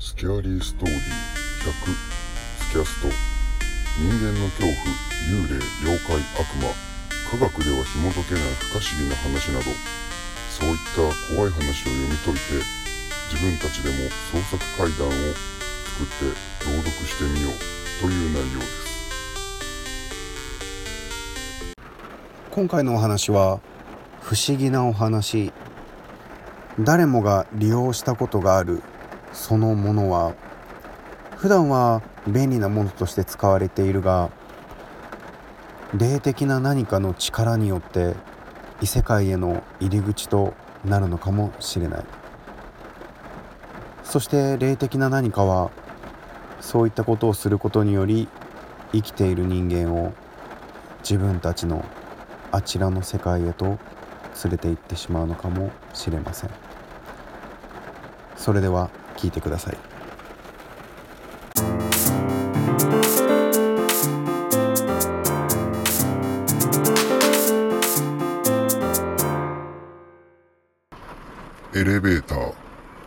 スキャリーストーリー100スキャスト。人間の恐怖、幽霊、妖怪、悪魔、科学では紐解けない不可思議な話など、そういった怖い話を読み解いて、自分たちでも創作怪談を作って朗読してみようという内容です。 今回のお話は不思議なお話。誰もが利用したことがあるそのものは、普段は便利なものとして使われているが、霊的な何かの力によって異世界への入り口となるのかもしれない。そして霊的な何かは、そういったことをすることにより生きている人間を自分たちのあちらの世界へと連れて行ってしまうのかもしれません。それでは聞いてください。 エレベーター。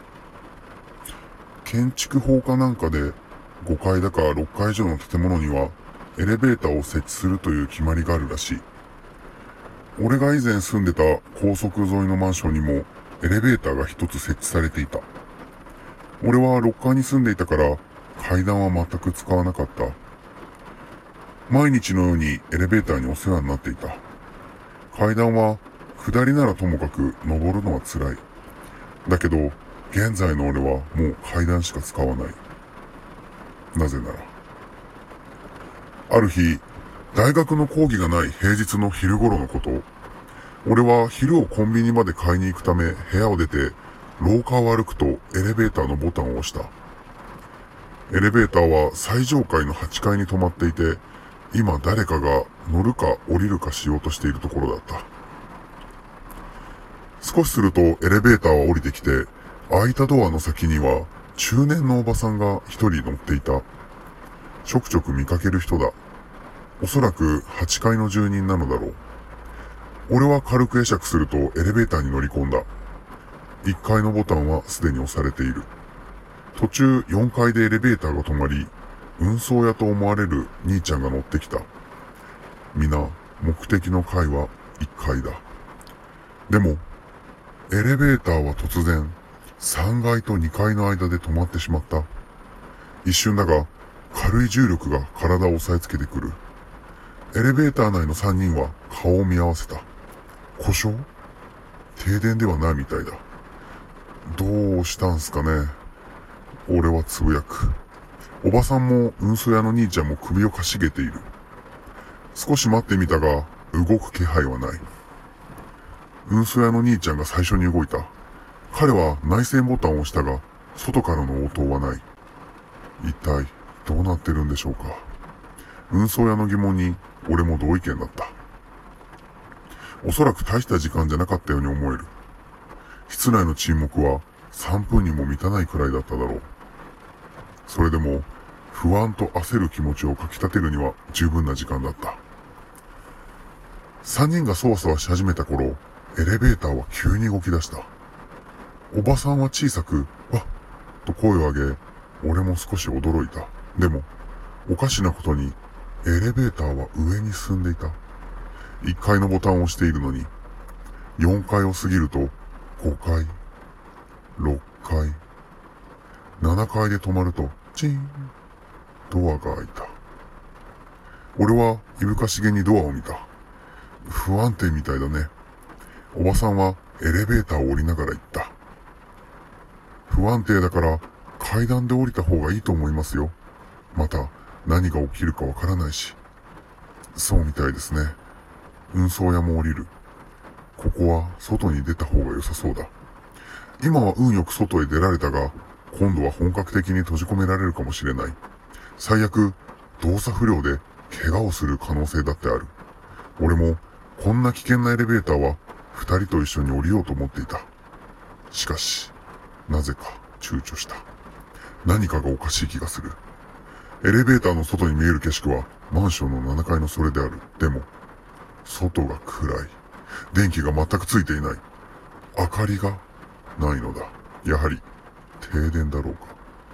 建築法かなんかで5階だか6階以上の建物にはエレベーターを設置するという決まりがあるらしい。俺が以前住んでた高速沿いのマンションにもエレベーターが一つ設置されていた。俺は6階に住んでいたから階段は全く使わなかった。毎日のようにエレベーターにお世話になっていた。階段は下りならともかく登るのは辛い。だけど現在の俺はもう階段しか使わない。なぜならある日、大学の講義がない平日の昼頃のこと、俺は昼をコンビニまで買いに行くため部屋を出て廊下を歩くとエレベーターのボタンを押した。エレベーターは最上階の8階に止まっていて、今誰かが乗るか降りるかしようとしているところだった。少しするとエレベーターは降りてきて、開いたドアの先には中年のおばさんが一人乗っていた。ちょくちょく見かける人だ。おそらく8階の住人なのだろう。俺は軽く会釈するとエレベーターに乗り込んだ。1階のボタンはすでに押されている。途中4階でエレベーターが止まり、運送屋と思われる兄ちゃんが乗ってきた。皆、目的の階は1階だ。でも、エレベーターは突然、3階と2階の間で止まってしまった。一瞬だが、軽い重力が体を押さえつけてくる。エレベーター内の3人は顔を見合わせた。故障？停電ではないみたいだ。どうしたんすかね。俺はつぶやく。おばさんも運送屋の兄ちゃんも首をかしげている。少し待ってみたが、動く気配はない。運送屋の兄ちゃんが最初に動いた。彼は内線ボタンを押したが、外からの応答はない。一体どうなってるんでしょうか。運送屋の疑問に俺も同意見だった。おそらく大した時間じゃなかったように思える。室内の沈黙は3分にも満たないくらいだっただろう。それでも不安と焦る気持ちをかき立てるには十分な時間だった。3人がそわそわし始めた頃、エレベーターは急に動き出した。おばさんは小さく、わっと声を上げ、俺も少し驚いた。でも、おかしなことに、エレベーターは上に進んでいた。1階のボタンを押しているのに、4階を過ぎると、5階、6階、7階で止まると、チーン、ドアが開いた。俺はいぶかしげにドアを見た。不安定みたいだね。おばさんはエレベーターを降りながら言った。不安定だから階段で降りた方がいいと思いますよ。また何が起きるかわからないし。そうみたいですね。運送屋も降りる。ここは外に出た方が良さそうだ。今は運よく外へ出られたが、今度は本格的に閉じ込められるかもしれない。最悪、動作不良で怪我をする可能性だってある。俺もこんな危険なエレベーターは2人と一緒に降りようと思っていた。しかし、なぜか躊躇した。何かがおかしい気がする。エレベーターの外に見える景色はマンションの7階のそれである。でも、外が暗い。電気が全くついていない。明かりがないのだ。やはり停電だろうか。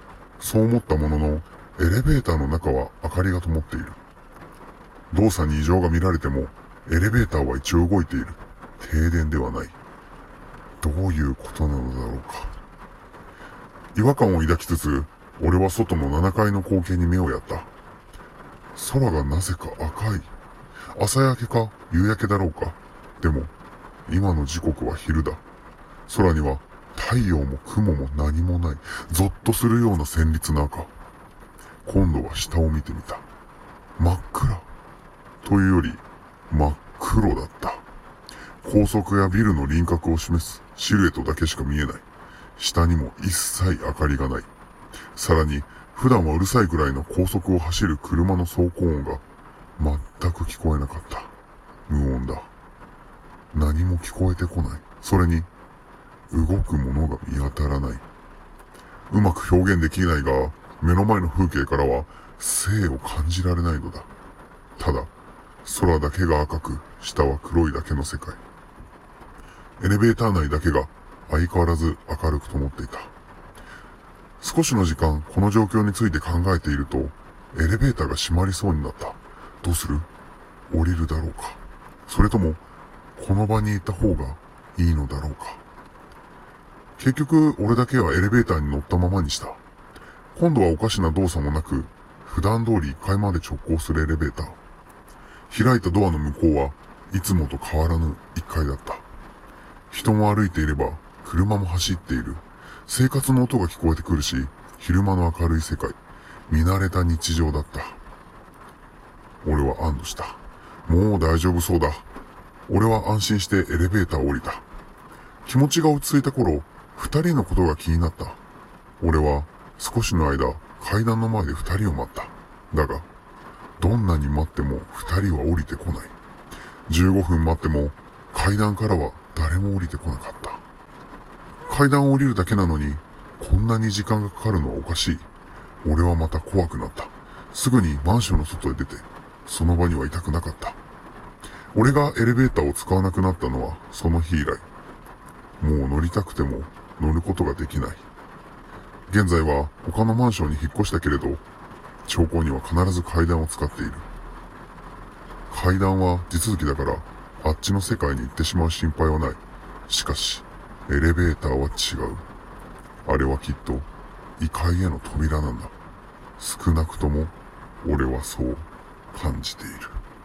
そう思ったものの、エレベーターの中は明かりが灯っている。動作に異常が見られても、エレベーターは一応動いている。停電ではない。どういうことなのだろうか。違和感を抱きつつ、俺は外の7階の光景に目をやった。空がなぜか赤い。朝焼けか夕焼けだろうか。でも、今の時刻は昼だ。空には太陽も雲も何もない。ゾッとするような鮮烈な赤。今度は下を見てみた。真っ暗。というより、真っ黒だった。高速やビルの輪郭を示すシルエットだけしか見えない。下にも一切明かりがない。さらに、普段はうるさいくらいの高速を走る車の走行音が全く聞こえなかった。無音だ。何も聞こえてこない。それに、動くものが見当たらない。うまく表現できないが、目の前の風景からは生を感じられないのだ。ただ、空だけが赤く、下は黒いだけの世界。エレベーター内だけが相変わらず明るく灯っていた。少しの時間、この状況について考えていると、エレベーターが閉まりそうになった。どうする？降りるだろうか。それとも、この場にいた方がいいのだろうか。結局、俺だけはエレベーターに乗ったままにした。今度はおかしな動作もなく、普段通り1階まで直行するエレベーター。開いたドアの向こうはいつもと変わらぬ1階だった。人も歩いていれば、車も走っている。生活の音が聞こえてくるし、昼間の明るい世界、見慣れた日常だった。俺は安堵した。もう大丈夫そうだ。俺は安心してエレベーターを降りた。気持ちが落ち着いた頃、2人のことが気になった。俺は少しの間、階段の前で2人を待った。だが、どんなに待っても2人は降りてこない。15分待っても階段からは誰も降りてこなかった。階段を降りるだけなのに、こんなに時間がかかるのはおかしい。俺はまた怖くなった。すぐにマンションの外へ出て、その場にはいたくなかった。俺がエレベーターを使わなくなったのはその日以来。もう乗りたくても乗ることができない。現在は他のマンションに引っ越したけれど、兆候には必ず階段を使っている。階段は地続きだから、あっちの世界に行ってしまう心配はない。しかし、エレベーターは違う。あれはきっと異界への扉なんだ。少なくとも俺はそう感じている。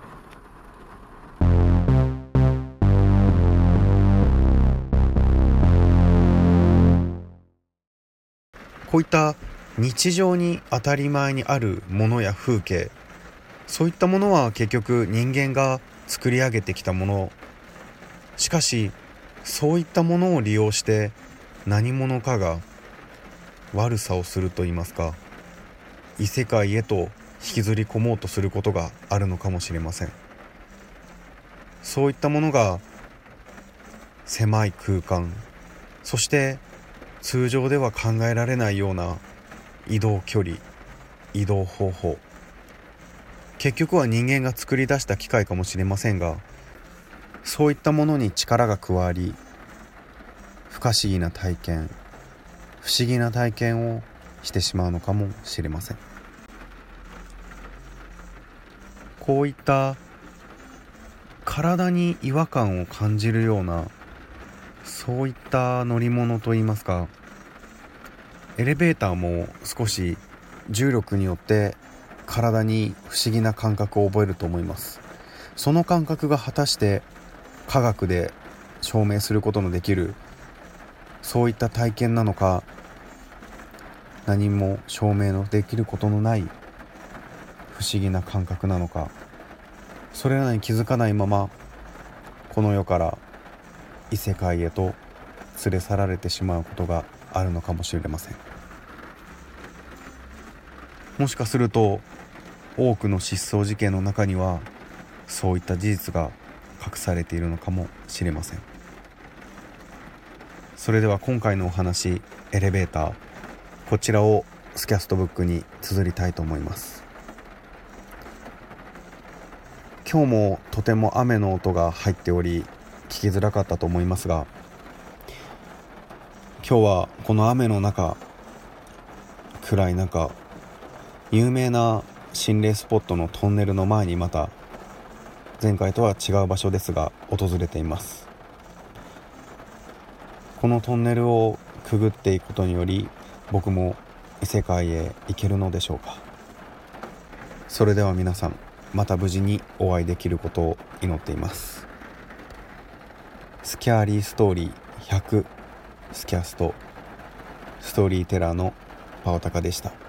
こういった日常に当たり前にあるものや風景、そういったものは結局人間が作り上げてきたもの。しかしそういったものを利用して何者かが悪さをすると言いますか、異世界へと引きずり込もうとすることがあるのかもしれません。そういったものが狭い空間、そして通常では考えられないような移動距離、移動方法、結局は人間が作り出した機械かもしれませんが、そういったものに力が加わり、不可思議な体験、不思議な体験をしてしまうのかもしれません。こういった体に違和感を感じるような、そういった乗り物といいますか、エレベーターも少し重力によって体に不思議な感覚を覚えると思います。その感覚が果たして科学で証明することのできるそういった体験なのか、何も証明のできることのない不思議な感覚なのか、それらに気づかないままこの世から異世界へと連れ去られてしまうことがあるのかもしれません。もしかすると多くの失踪事件の中にはそういった事実が隠されているのかもしれません。それでは今回のお話、エレベーター、こちらをスキャストブックに綴りたいと思います。今日もとても雨の音が入っており聞きづらかったと思いますが、今日はこの雨の中、 暗い中、有名な心霊スポットのトンネルの前にまた前回とは違う場所ですが訪れています。このトンネルをくぐっていくことにより僕も異世界へ行けるのでしょうか。それでは皆さん、また無事にお会いできることを祈っています。スキャーリーストーリー100スキャスト、ストーリーテラーのパオタカでした。